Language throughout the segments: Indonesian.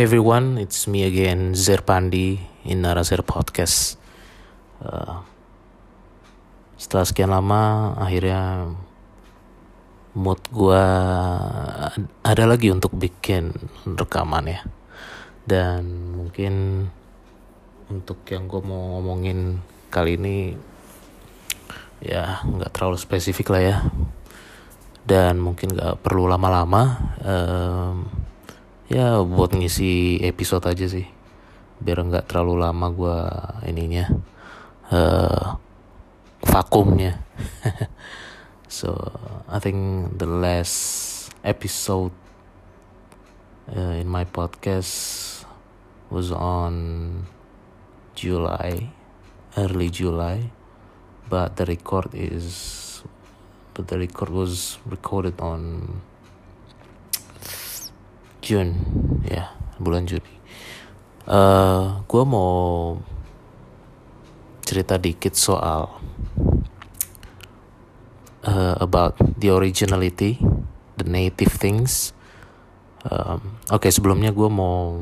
Hey everyone, it's me again, Zerpandi in Narazer Podcast. Setelah sekian lama, akhirnya mood gue ada lagi untuk bikin rekaman ya. Dan mungkin untuk yang gue mau ngomongin kali ini, ya nggak terlalu spesifik lah ya. Dan mungkin nggak perlu lama-lama. Ya buat ngisi episode aja sih, biar nggak terlalu lama gue vakumnya. So I think the last episode in my podcast was on early July, but the record was recorded on June, ya, bulan Juni. Gue mau cerita dikit soal about the originality, the native things. Oke, sebelumnya gue mau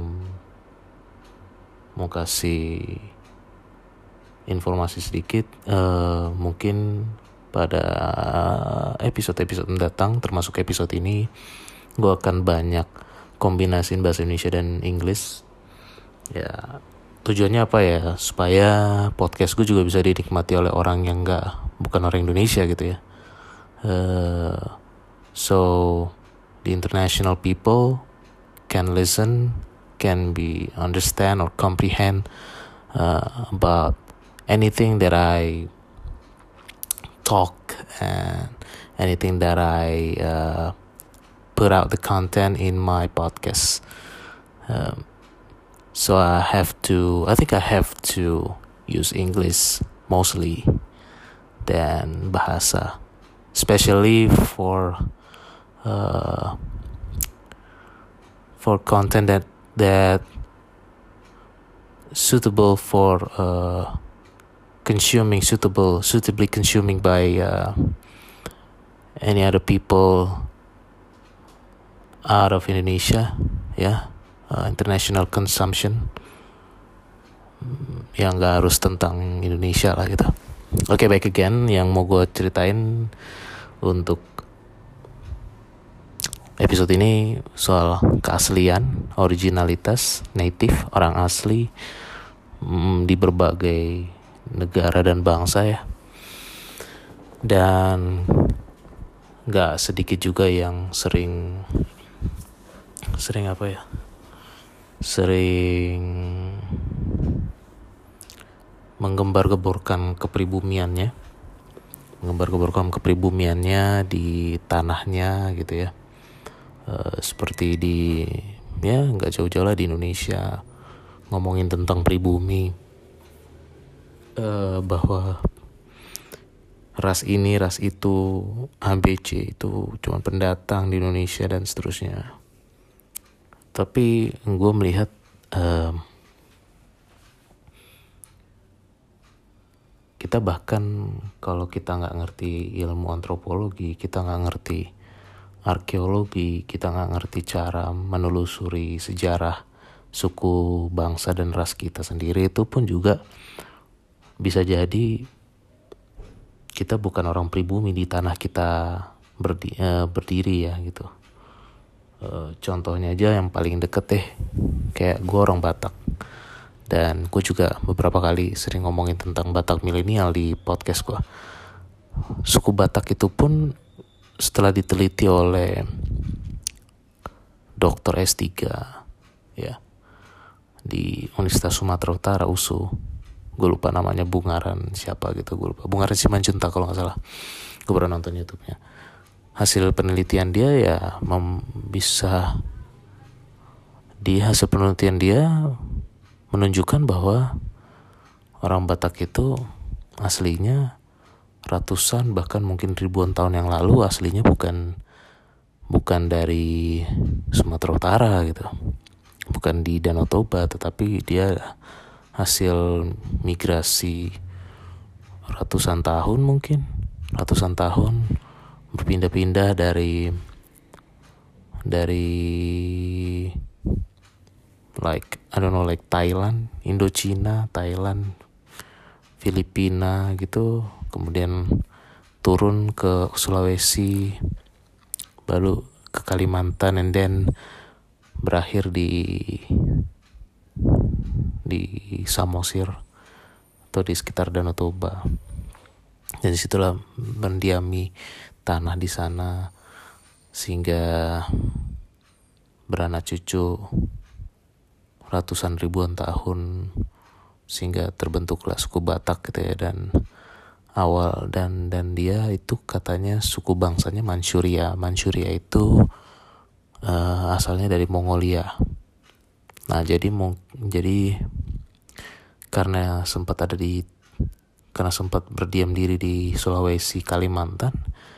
kasih informasi sedikit. Mungkin pada episode-episode mendatang, termasuk episode ini, gue akan banyak kombinasiin bahasa Indonesia dan Inggris. Ya, tujuannya apa ya? Supaya podcast gue juga bisa dinikmati oleh orang yang bukan orang Indonesia gitu ya. So the international people can listen, can be understand or comprehend about anything that I talk and anything that I put out the content in my podcast. So I think I have to use English mostly than bahasa, especially for content that suitable for suitably consuming by any other people out of Indonesia, international consumption, yang gak harus tentang Indonesia lah gitu. Oke, back again, yang mau gue ceritain untuk episode ini soal keaslian, originalitas, native, orang asli di berbagai negara dan bangsa ya. Dan gak sedikit juga yang sering menggembar-geborkan kepribumiannya di tanahnya gitu ya. Seperti nggak jauh-jauh lah di Indonesia, ngomongin tentang pribumi, bahwa ras ini, ras itu, ABC itu cuma pendatang di Indonesia dan seterusnya. Tapi gue melihat kita bahkan kalau kita nggak ngerti ilmu antropologi, kita nggak ngerti arkeologi, kita nggak ngerti cara menelusuri sejarah suku, bangsa dan ras kita sendiri, itu pun juga bisa jadi kita bukan orang pribumi di tanah kita berdiri ya gitu. Contohnya aja yang paling deket deh, kayak gue orang Batak, dan gue juga beberapa kali sering ngomongin tentang Batak milenial di podcast gue. Suku Batak itu pun setelah diteliti oleh Dr. S3 ya di Universitas Sumatera Utara, USU, gue lupa namanya, Bungaran siapa gitu, gue lupa, Bungaran Simanjuntak kalau nggak salah, gue pernah nonton YouTube-nya. Hasil penelitian dia hasil penelitian dia menunjukkan bahwa orang Batak itu aslinya ratusan bahkan mungkin ribuan tahun yang lalu aslinya bukan dari Sumatera Utara gitu, bukan di Danau Toba, tetapi dia hasil migrasi ratusan tahun berpindah-pindah dari like I don't know, like Thailand, Indochina, Thailand, Filipina gitu, kemudian turun ke Sulawesi, baru ke Kalimantan, and then berakhir di Samosir atau di sekitar Danau Toba. Dan disitulah mendiami tanah di sana sehingga beranak cucu ratusan ribuan tahun, sehingga terbentuklah suku Batak gitu ya. Dan dia itu katanya suku bangsanya Manchuria itu asalnya dari Mongolia. Nah jadi karena sempat berdiam diri di Sulawesi, Kalimantan,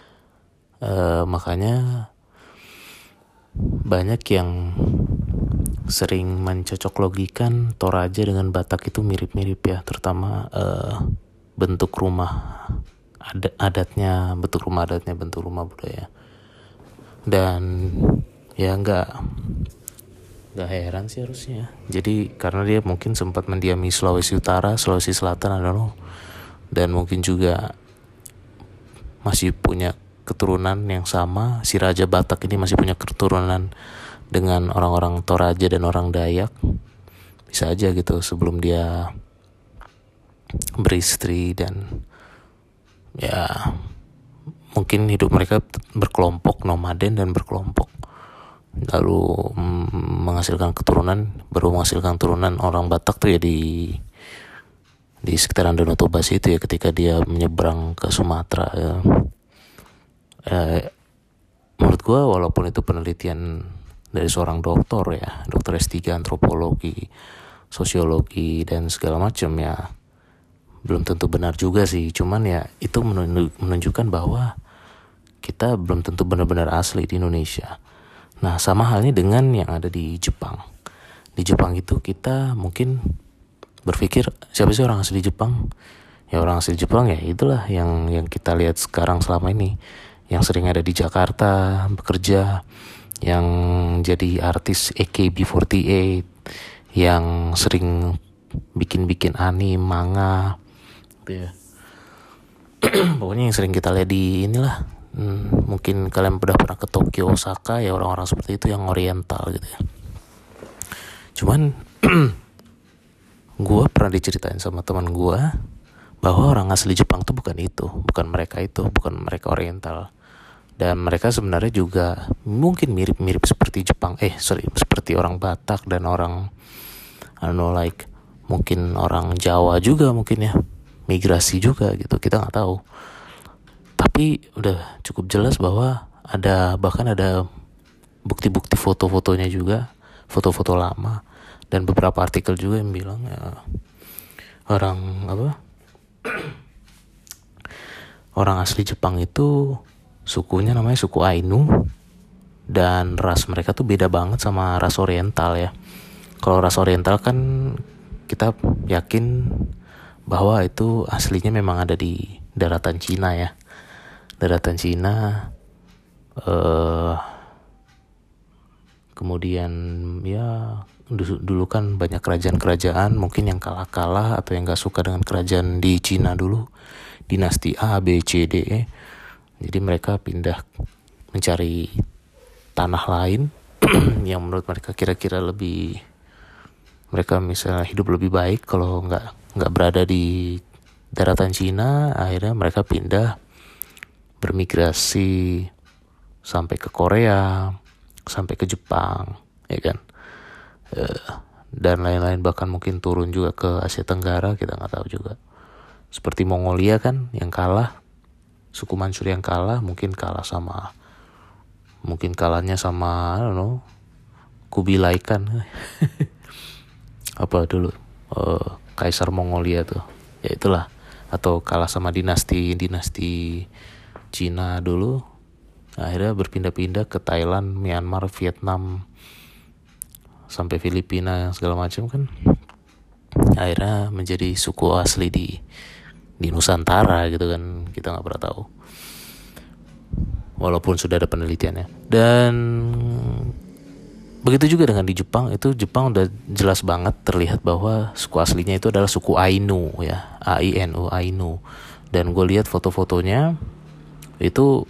makanya banyak yang sering mencocok logikan Toraja dengan Batak itu mirip-mirip ya, terutama bentuk rumah adatnya, bentuk rumah budaya. Dan ya nggak heran sih harusnya. Jadi karena dia mungkin sempat mendiami Sulawesi Utara, Sulawesi Selatan, I don't know, dan mungkin juga masih punya keturunan yang sama. Si Raja Batak ini masih punya keturunan dengan orang-orang Toraja dan orang Dayak, bisa aja gitu sebelum dia beristri. Dan ya mungkin hidup mereka berkelompok, nomaden dan berkelompok, lalu menghasilkan turunan orang Batak tuh ya di sekitaran Danau Toba itu ya, ketika dia menyeberang ke Sumatera ya. Menurut gue walaupun itu penelitian dari seorang dokter S3 antropologi, sosiologi dan segala macam ya, belum tentu benar juga sih. Cuman ya itu menunjukkan bahwa kita belum tentu benar-benar asli di Indonesia. Nah sama halnya dengan yang ada di Jepang. Di Jepang itu kita mungkin berpikir siapa sih orang asli Jepang? Ya orang asli Jepang ya itulah yang kita lihat sekarang selama ini, yang sering ada di Jakarta bekerja, yang jadi artis AKB48, yang sering bikin anime, manga gitu ya. Pokoknya yang sering kita lihat di inilah, mungkin kalian udah pernah ke Tokyo, Osaka ya, orang-orang seperti itu yang oriental gitu ya. Cuman gue pernah diceritain sama teman gue bahwa orang asli Jepang tuh bukan mereka oriental. Dan mereka sebenarnya juga mungkin mirip-mirip seperti seperti orang Batak dan orang mungkin orang Jawa juga mungkin ya, migrasi juga gitu, kita nggak tahu. Tapi udah cukup jelas bahwa bahkan ada bukti-bukti foto-fotonya juga, foto-foto lama, dan beberapa artikel juga yang bilang ya, orang asli Jepang itu sukunya namanya suku Ainu, dan ras mereka tuh beda banget sama ras oriental ya. Kalau ras oriental kan kita yakin bahwa itu aslinya memang ada di daratan Cina ya. Daratan Cina, kemudian ya dulu kan banyak kerajaan-kerajaan mungkin yang kalah atau yang gak suka dengan kerajaan di Cina dulu, dinasti A, B, C, D, E. Jadi mereka pindah mencari tanah lain yang menurut mereka kira-kira mereka misalnya hidup lebih baik kalau nggak berada di daratan Cina. Akhirnya mereka pindah, bermigrasi sampai ke Korea, sampai ke Jepang, ya kan, dan lain-lain, bahkan mungkin turun juga ke Asia Tenggara, kita nggak tahu juga. Seperti Mongolia kan yang kalah, suku Mansur yang kalah, mungkin kalahnya sama I don't know, Kubilai Khan apa dulu Kaisar Mongolia tuh ya itulah, atau kalah sama dinasti Cina dulu, akhirnya berpindah-pindah ke Thailand, Myanmar, Vietnam, sampai Filipina segala macam kan, akhirnya menjadi suku asli di Nusantara gitu kan, kita nggak pernah tahu walaupun sudah ada penelitiannya. Dan Begitu juga dengan di Jepang, itu Jepang udah jelas banget terlihat bahwa suku aslinya itu adalah suku Ainu ya, Ainu, Ainu. Dan gue lihat foto-fotonya itu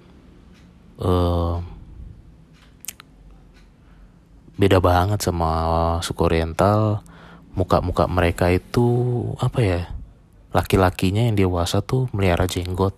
beda banget sama suku Oriental. Muka-muka mereka itu apa ya? Laki-lakinya yang dewasa tuh melihara jenggot.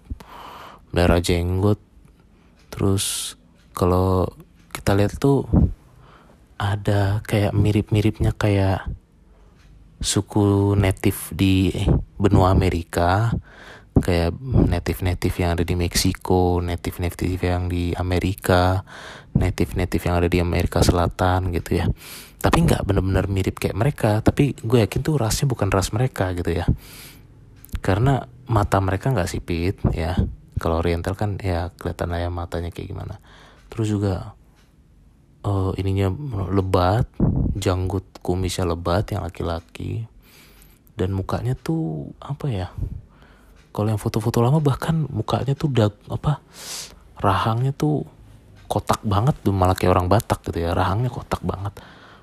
Terus kalau kita lihat tuh ada kayak mirip-miripnya kayak suku native di benua Amerika, kayak native yang ada di Meksiko, native yang di Amerika, native yang ada di Amerika Selatan gitu ya. Tapi nggak benar-benar mirip kayak mereka, tapi gue yakin tuh rasnya bukan ras mereka gitu ya, karena mata mereka nggak sipit ya. Kalau Oriental kan ya kelihatan lah ya matanya kayak gimana. Terus juga ininya lebat, janggut kumisnya lebat yang laki-laki, dan mukanya tuh apa ya? Kalau yang foto-foto lama bahkan mukanya tuh rahangnya tuh kotak banget tuh, malah kayak orang Batak gitu ya, rahangnya kotak banget.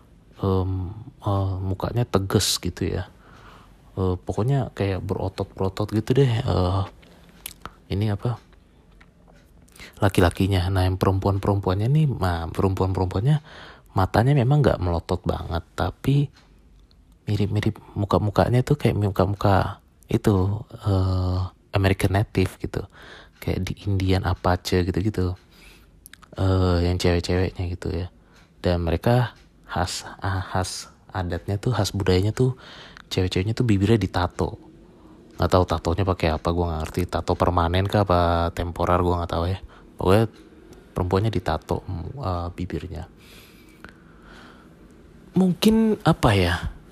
Mukanya tegas gitu ya. Pokoknya kayak berotot gitu deh. Ini apa? Laki-lakinya. Nah, yang perempuannya nih, perempuannya matanya memang nggak melotot banget, tapi mirip-mirip muka-mukanya tuh kayak muka-muka itu American Native gitu, kayak di Indian Apache gitu-gitu, yang cewek-ceweknya gitu ya. Dan mereka khas adatnya tuh, khas budayanya tuh, cewek-ceweknya tuh bibirnya ditato. Nggak tahu tatonya pakai apa, gue nggak ngerti. Tato permanen kah apa temporer, gue nggak tahu ya. Pokoknya perempuannya ditato bibirnya. Mungkin apa ya?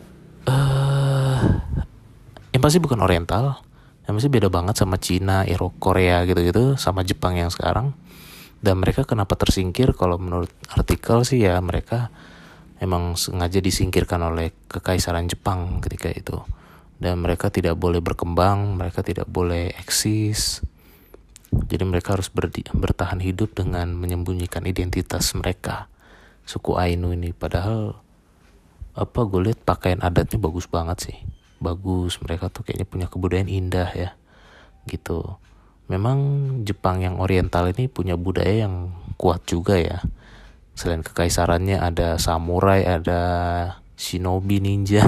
Yang pasti bukan Oriental. Yang pasti beda banget sama Cina, Korea gitu-gitu, sama Jepang yang sekarang. Dan mereka kenapa tersingkir? Kalau menurut artikel sih ya, mereka emang sengaja disingkirkan oleh Kekaisaran Jepang ketika itu. Dan mereka tidak boleh berkembang, mereka tidak boleh eksis. Jadi mereka harus bertahan hidup dengan menyembunyikan identitas mereka, suku Ainu ini. Padahal gue lihat pakaian adatnya bagus banget sih, bagus. Mereka tuh kayaknya punya kebudayaan indah ya, gitu. Memang Jepang yang Oriental ini punya budaya yang kuat juga ya. Selain kekaisarannya ada samurai, ada shinobi, ninja.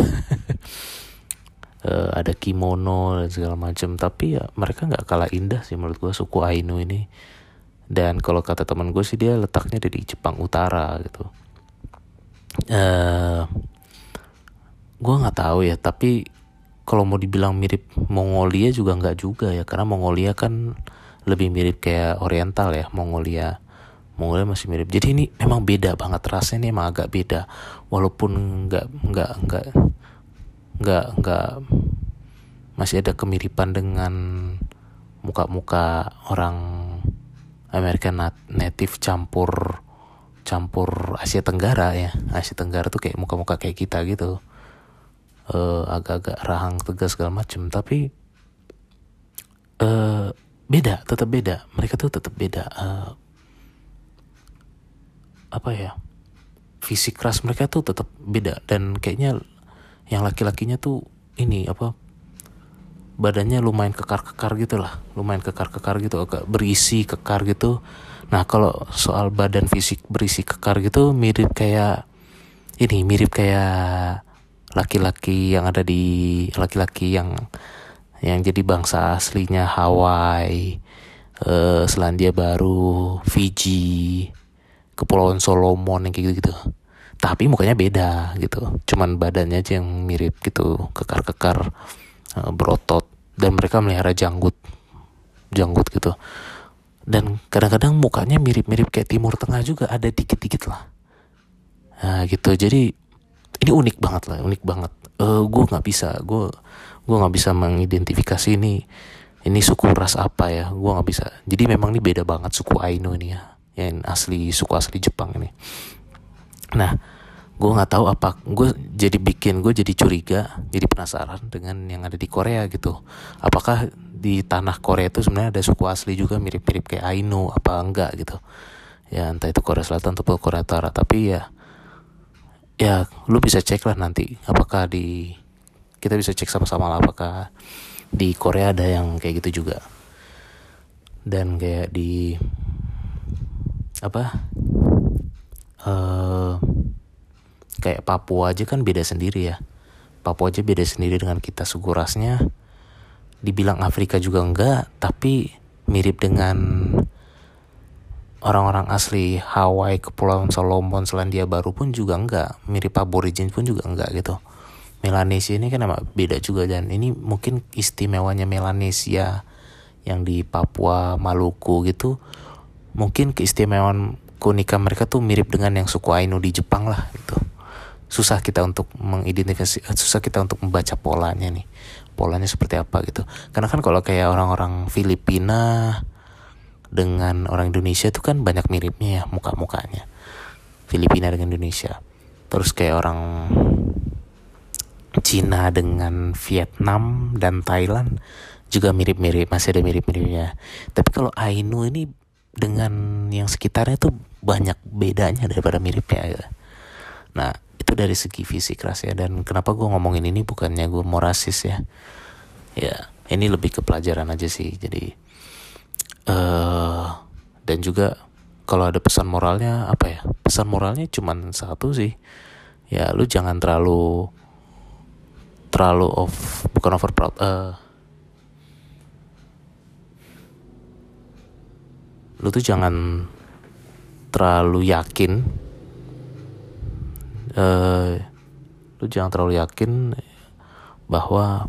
Ada kimono dan segala macam, tapi ya mereka nggak kalah indah sih menurut gue, suku Ainu ini. Dan kalau kata teman gue sih, dia letaknya di Jepang Utara gitu. Gue nggak tahu ya, tapi kalau mau dibilang mirip Mongolia juga nggak juga ya, karena Mongolia kan lebih mirip kayak Oriental ya. Mongolia masih mirip. Jadi ini memang beda banget, rasanya ini emang agak beda, walaupun nggak masih ada kemiripan dengan muka-muka orang American Native campur Asia Tenggara ya. Asia Tenggara tuh kayak muka-muka kayak kita gitu, agak-agak rahang tegas segala macem, tapi tetap beda. Mereka tuh tetap beda. Fisik ras mereka tuh tetap beda. Dan kayaknya yang laki-lakinya tuh ini badannya lumayan kekar-kekar gitu, agak berisi kekar gitu. Nah, kalau soal badan fisik berisi kekar gitu, mirip kayak laki-laki yang jadi bangsa aslinya Hawaii, Selandia Baru, Fiji, Kepulauan Solomon yang kayak gitu. Tapi mukanya beda gitu, cuman badannya aja yang mirip gitu, kekar-kekar, berotot. Dan mereka melihara janggut gitu. Dan kadang-kadang mukanya mirip-mirip kayak Timur Tengah juga, ada dikit-dikit lah. Nah gitu, jadi ini unik banget. Gue nggak bisa mengidentifikasi ini suku ras apa ya, gue nggak bisa. Jadi memang ini beda banget suku Ainu ini ya, yang suku asli Jepang ini. Nah, gue nggak tahu apa, gue jadi curiga, jadi penasaran dengan yang ada di Korea gitu. Apakah di tanah Korea itu sebenarnya ada suku asli juga mirip-mirip kayak Ainu apa enggak gitu ya, entah itu Korea Selatan atau Korea Utara. Tapi ya ya lu bisa cek lah nanti, apakah kita bisa cek sama-sama lah, apakah di Korea ada yang kayak gitu juga. Dan kayak di apa kayak Papua aja kan beda sendiri ya. Papua aja beda sendiri dengan kita, suku rasnya dibilang Afrika juga enggak, tapi mirip dengan orang-orang asli Hawaii, Kepulauan Solomon, Selandia Baru pun juga enggak, mirip aborigin pun juga enggak gitu. Melanesia ini kan emang beda juga, dan ini mungkin istimewanya Melanesia yang di Papua, Maluku gitu, mungkin keistimewaan keunikan mereka tuh mirip dengan yang suku Ainu di Jepang lah gitu. Susah kita untuk mengidentifikasi, susah kita untuk membaca polanya nih, polanya seperti apa gitu. Karena kan kalau kayak orang-orang Filipina dengan orang Indonesia itu kan banyak miripnya ya muka-mukanya, Filipina dengan Indonesia. Terus kayak orang Cina dengan Vietnam dan Thailand juga mirip-mirip, masih ada mirip-miripnya. Tapi kalau Ainu ini dengan yang sekitarnya tuh banyak bedanya daripada miripnya ya. Nah, itu dari segi fisik ras ya. Dan kenapa gue ngomongin ini, bukannya gue mau rasis ya. Ya, ini lebih ke pelajaran aja sih. Jadi dan juga kalau ada pesan moralnya apa ya? Pesan moralnya cuman satu sih. Ya, lu jangan terlalu bukan over proud. Lu tuh jangan terlalu yakin. Lu jangan terlalu yakin bahwa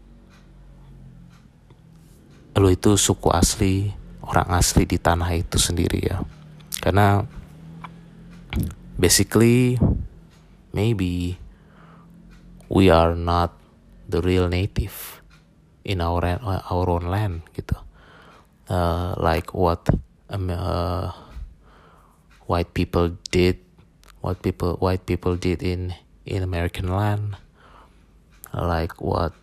lu itu suku asli, orang asli di tanah itu sendiri ya. Karena basically maybe we are not the real native in our own land gitu. Like what white people did in American land, like what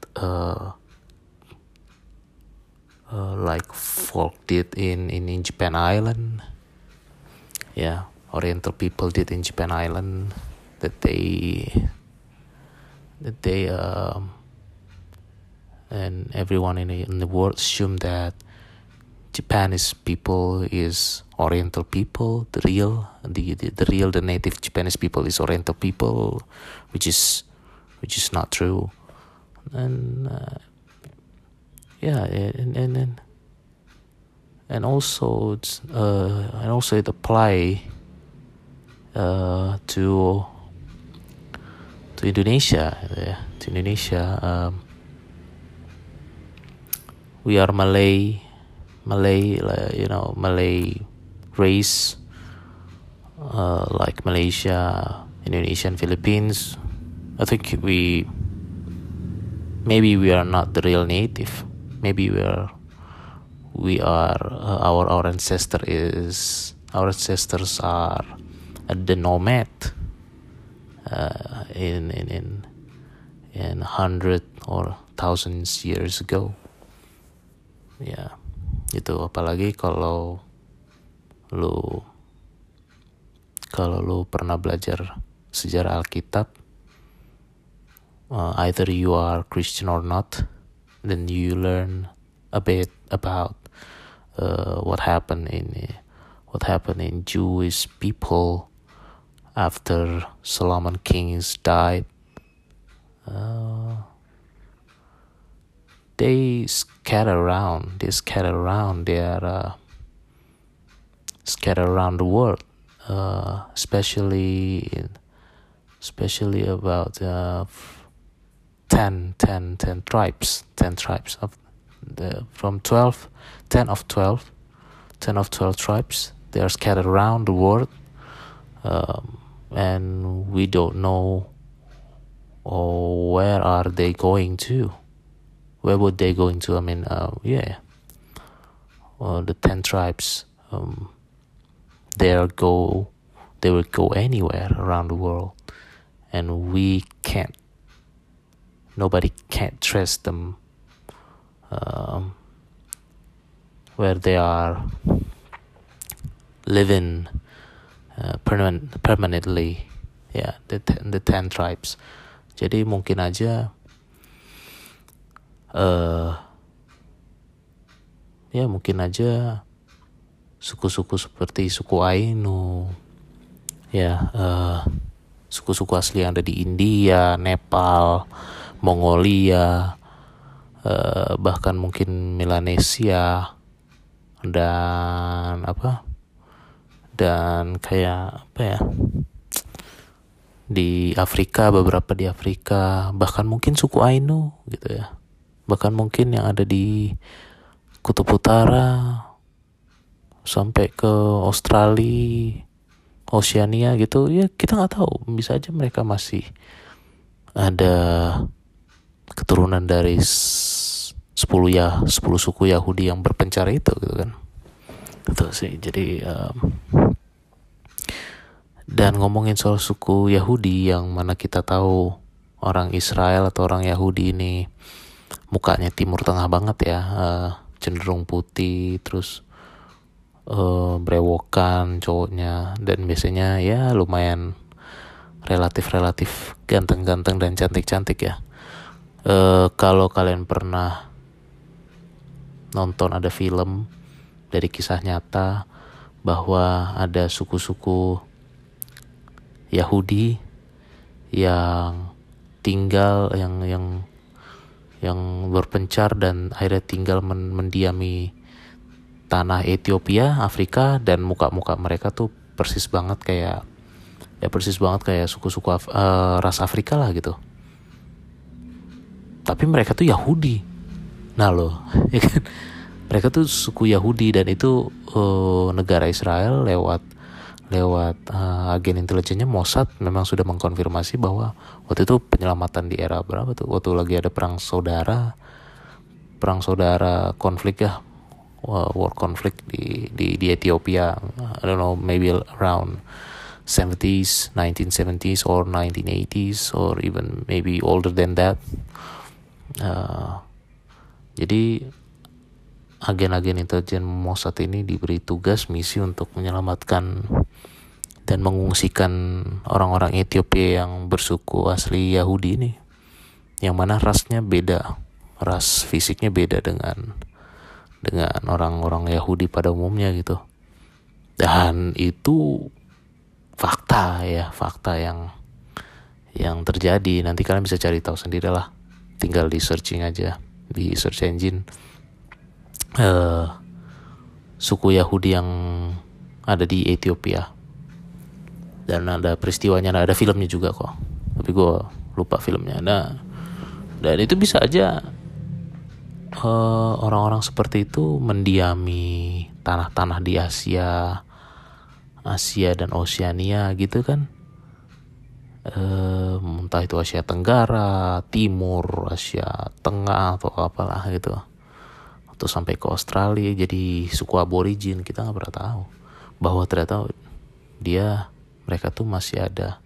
like folk did in Japan Island. Yeah, Oriental people did in Japan Island, that they and everyone in the world assume that Japanese people is Oriental people, the native Japanese people is Oriental people, which is not true. And and also it apply to Indonesia. We are Malay, Malay race, like Malaysia, Indonesia, and Philippines. I think maybe we are not the real native. Maybe we are our ancestors are the nomad in 100 or thousands years ago. Ya, itu apalagi kalau lu pernah belajar sejarah Alkitab, either you are Christian or not, then you learn a bit about what happened in Jewish people after Solomon kings died. They scatter around. They are scattered around the world, especially about 10 tribes. 10 tribes of from 12 tribes. They are scattered around the world, and we don't know where are they going to. Where would they going to? I mean, the 10 tribes, they will go anywhere around the world, and nobody can't trace them where they are living permanently ya, the 10 tribes. Jadi mungkin aja suku-suku seperti suku Ainu, ya, suku-suku asli yang ada di India, Nepal, Mongolia, bahkan mungkin Melanesia, dan kayak di Afrika, beberapa di Afrika, bahkan mungkin suku Ainu gitu ya, bahkan mungkin yang ada di Kutub Utara sampai ke Australia, Oceania gitu ya, kita nggak tahu, bisa aja mereka masih ada keturunan dari 10 suku Yahudi yang berpencar itu gitu kan. Itu sih. Jadi dan ngomongin soal suku Yahudi, yang mana kita tahu orang Israel atau orang Yahudi ini mukanya Timur Tengah banget ya, cenderung putih, terus brewokan cowoknya, dan biasanya ya lumayan relatif ganteng-ganteng dan cantik-cantik ya. Kalau kalian pernah nonton, ada film dari kisah nyata bahwa ada suku-suku Yahudi yang tinggal yang berpencar dan akhirnya tinggal mendiami tanah Ethiopia, Afrika, dan muka-muka mereka tuh persis banget kayak suku-suku ras Afrika lah gitu. Tapi mereka tuh Yahudi. Nah loh, ya kan? Mereka tuh suku Yahudi, dan itu negara Israel lewat agen intelijennya Mossad memang sudah mengkonfirmasi bahwa waktu itu penyelamatan di era berapa tuh, waktu lagi ada perang saudara konflik ya, war conflict di Ethiopia. I don't know, maybe around 1970s or 1980s or even maybe older than that. Jadi agen-agen intelijen Mossad ini diberi tugas misi untuk menyelamatkan dan mengungsikan orang-orang Ethiopia yang bersuku asli Yahudi ini, yang mana rasnya beda, ras fisiknya beda dengan orang-orang Yahudi pada umumnya gitu. Dan itu fakta yang terjadi. Nanti kalian bisa cari tahu sendiri lah, tinggal di searching aja di search engine, suku Yahudi yang ada di Ethiopia. Dan ada peristiwanya, ada filmnya juga kok, tapi gue lupa filmnya. Nah, dan itu bisa aja orang-orang seperti itu mendiami tanah-tanah di Asia dan Oceania gitu kan, entah itu Asia Tenggara, Timur, Asia Tengah atau apalah gitu, atau sampai ke Australia jadi suku aborigin. Kita nggak pernah tahu bahwa ternyata mereka tuh masih ada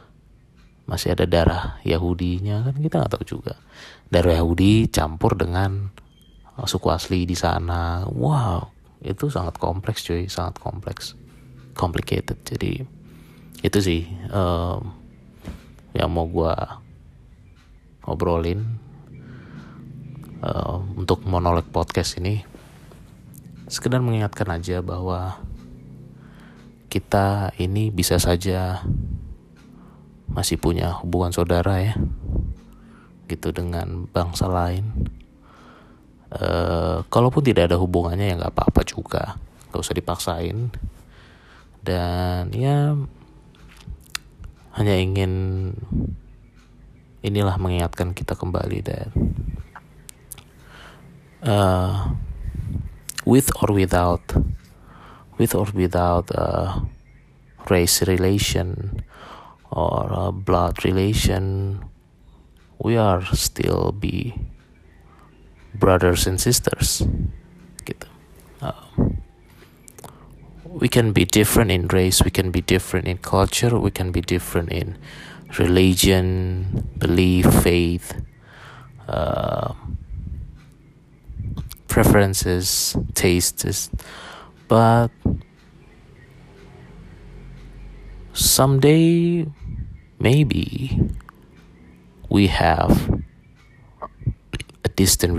darah Yahudinya kan, kita nggak tahu juga. Darah Yahudi campur dengan suku asli di sana. Wow, itu sangat kompleks cuy, complicated. Jadi itu sih yang mau gue obrolin untuk monolog podcast ini. Sekedar mengingatkan aja bahwa kita ini bisa saja masih punya hubungan saudara ya gitu dengan bangsa lain. Kalaupun tidak ada hubungannya ya gak apa-apa juga, gak usah dipaksain. Dan ya hanya ingin mengingatkan kita kembali dan with or without race relation or blood relation, we are still be brothers and sisters gitu. We can be different in race, we can be different in culture, we can be different in religion, belief, faith, preferences, tastes, but someday maybe we have a distant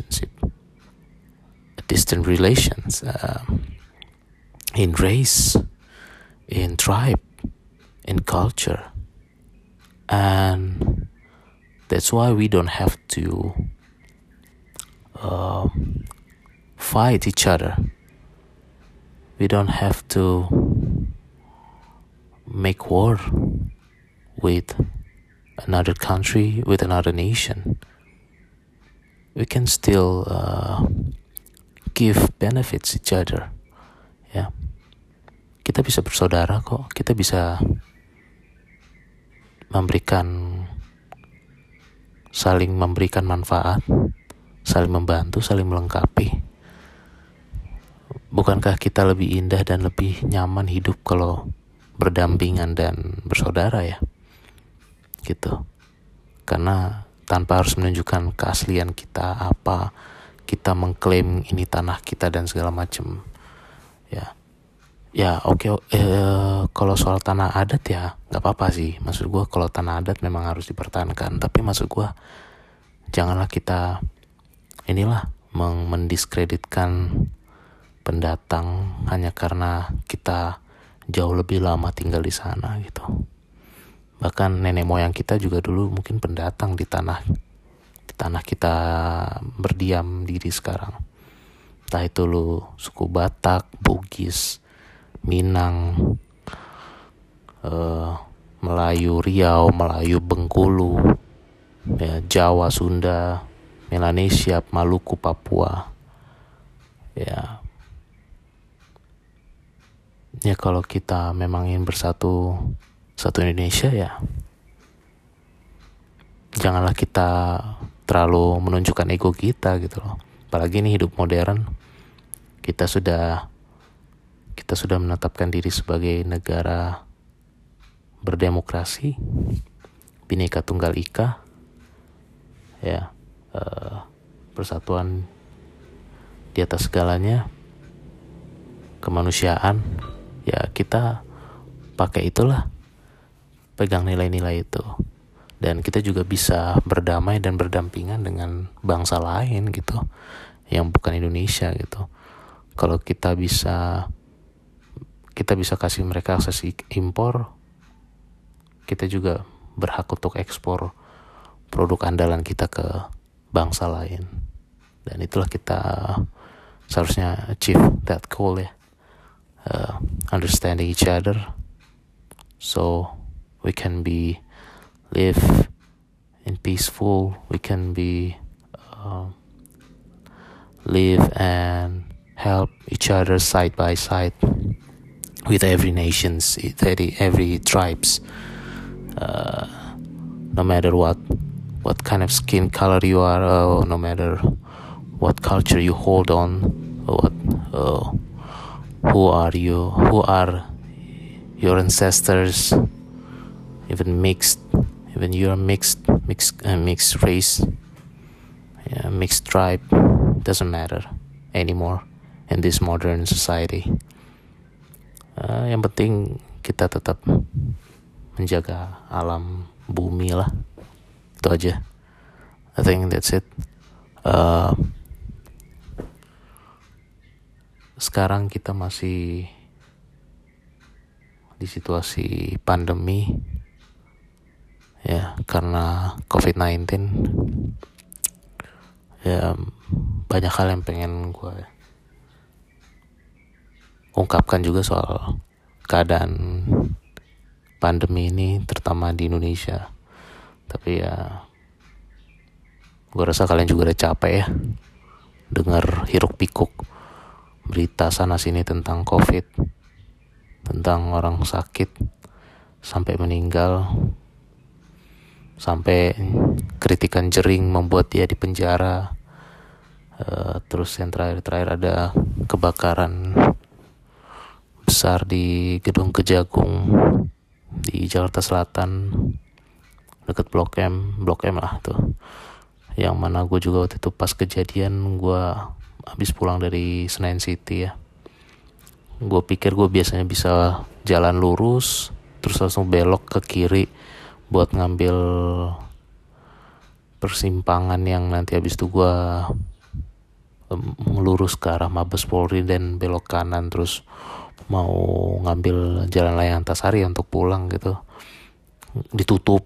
relations in race, in tribe, in culture, and that's why we don't have to fight each other. We don't have to make war with another country, with another nation. We can still give benefits each other. Ya, kita bisa bersaudara kok. Kita bisa saling memberikan manfaat, saling membantu, saling melengkapi. Bukankah kita lebih indah dan lebih nyaman hidup kalau berdampingan dan bersaudara ya? Gitu. Karena tanpa harus menunjukkan keaslian kita apa, kita mengklaim ini tanah kita dan segala macam. Ya oke. Kalau soal tanah adat ya nggak apa-apa sih. Maksud gue kalau tanah adat memang harus dipertahankan. Tapi maksud gue janganlah kita mendiskreditkan pendatang hanya karena kita jauh lebih lama tinggal di sana gitu. Bahkan nenek moyang kita juga dulu mungkin pendatang di tanah kita berdiam diri sekarang. Entah itu lu suku Batak, Bugis, Minang, Melayu Riau, Melayu Bengkulu, ya, Jawa, Sunda, Melanesia, Maluku, Papua. Ya kalau kita memang ingin bersatu satu Indonesia ya, janganlah kita terlalu menunjukkan ego kita gitu loh. Apalagi ini hidup modern, kita sudah menetapkan diri sebagai negara berdemokrasi, Bhinneka Tunggal Ika, ya, persatuan di atas segalanya, kemanusiaan, ya kita pakai itulah, pegang nilai-nilai itu, dan kita juga bisa berdamai dan berdampingan dengan bangsa lain gitu, yang bukan Indonesia gitu. Kalau kita bisa kasih mereka akses impor, kita juga berhak untuk ekspor produk andalan kita ke bangsa lain. Dan itulah kita seharusnya achieve that goal ya. Understanding each other so we can live in peaceful, we can live and help each other side by side with every nations, every tribes, no matter what kind of skin color you are, no matter what culture you hold on, who are your ancestors, even you're mixed race, mixed tribe, doesn't matter anymore in this modern society. Yang penting kita tetap menjaga alam bumi lah, itu aja. I think that's it. Sekarang kita masih di situasi pandemi ya, karena COVID-19. Ya, banyak hal yang pengen gue ungkapkan juga soal keadaan pandemi ini, terutama di Indonesia. Tapi ya, gue rasa kalian juga udah capek ya dengar hiruk pikuk berita sana sini tentang COVID, tentang orang sakit sampai meninggal, sampai kritikan jering membuat dia di penjara. Terus yang terakhir ada kebakaran besar di gedung Kejagung di Jakarta Selatan, dekat Blok M lah tuh, yang mana gue juga waktu itu pas kejadian, gue habis pulang dari Senayan City ya. Gue pikir gue biasanya bisa jalan lurus terus langsung belok ke kiri buat ngambil persimpangan yang nanti habis itu gue ngelurus ke arah Mabes Polri dan belok kanan terus mau ngambil jalan layang Antasari untuk pulang gitu, ditutup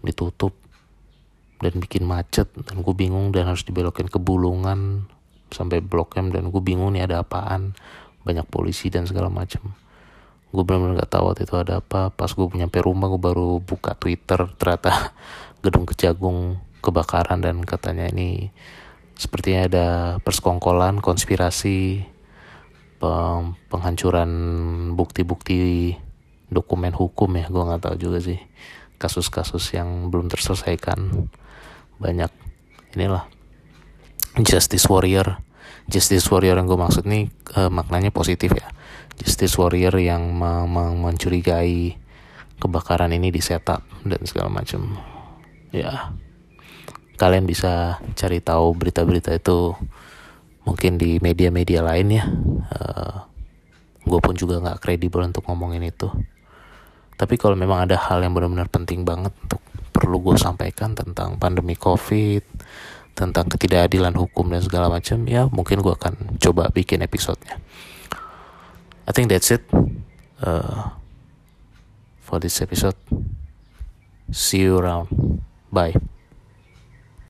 dan bikin macet, dan gue bingung dan harus dibelokin ke Bulungan sampai Blok M, dan gue bingung nih ada apaan, banyak polisi dan segala macam. Gue benar-benar gak tahu waktu itu ada apa. Pas gue nyampe rumah gue baru buka Twitter, ternyata gedung Kejagung kebakaran dan katanya ini sepertinya ada persekongkolan, konspirasi, penghancuran bukti-bukti dokumen hukum ya. Gue nggak tahu juga sih, kasus-kasus yang belum terselesaikan banyak. Inilah justice warrior yang gue maksud nih maknanya positif ya. Justice warrior yang mencurigai kebakaran ini di setup dan segala macam ya. Kalian bisa cari tahu berita-berita itu mungkin di media-media lain ya. Gue pun juga gak kredibel untuk ngomongin itu. Tapi kalau memang ada hal yang benar-benar penting banget untuk perlu gue sampaikan tentang pandemi COVID, tentang ketidakadilan hukum dan segala macam, ya mungkin gue akan coba bikin episodenya. I think that's it for this episode. See you around. Bye.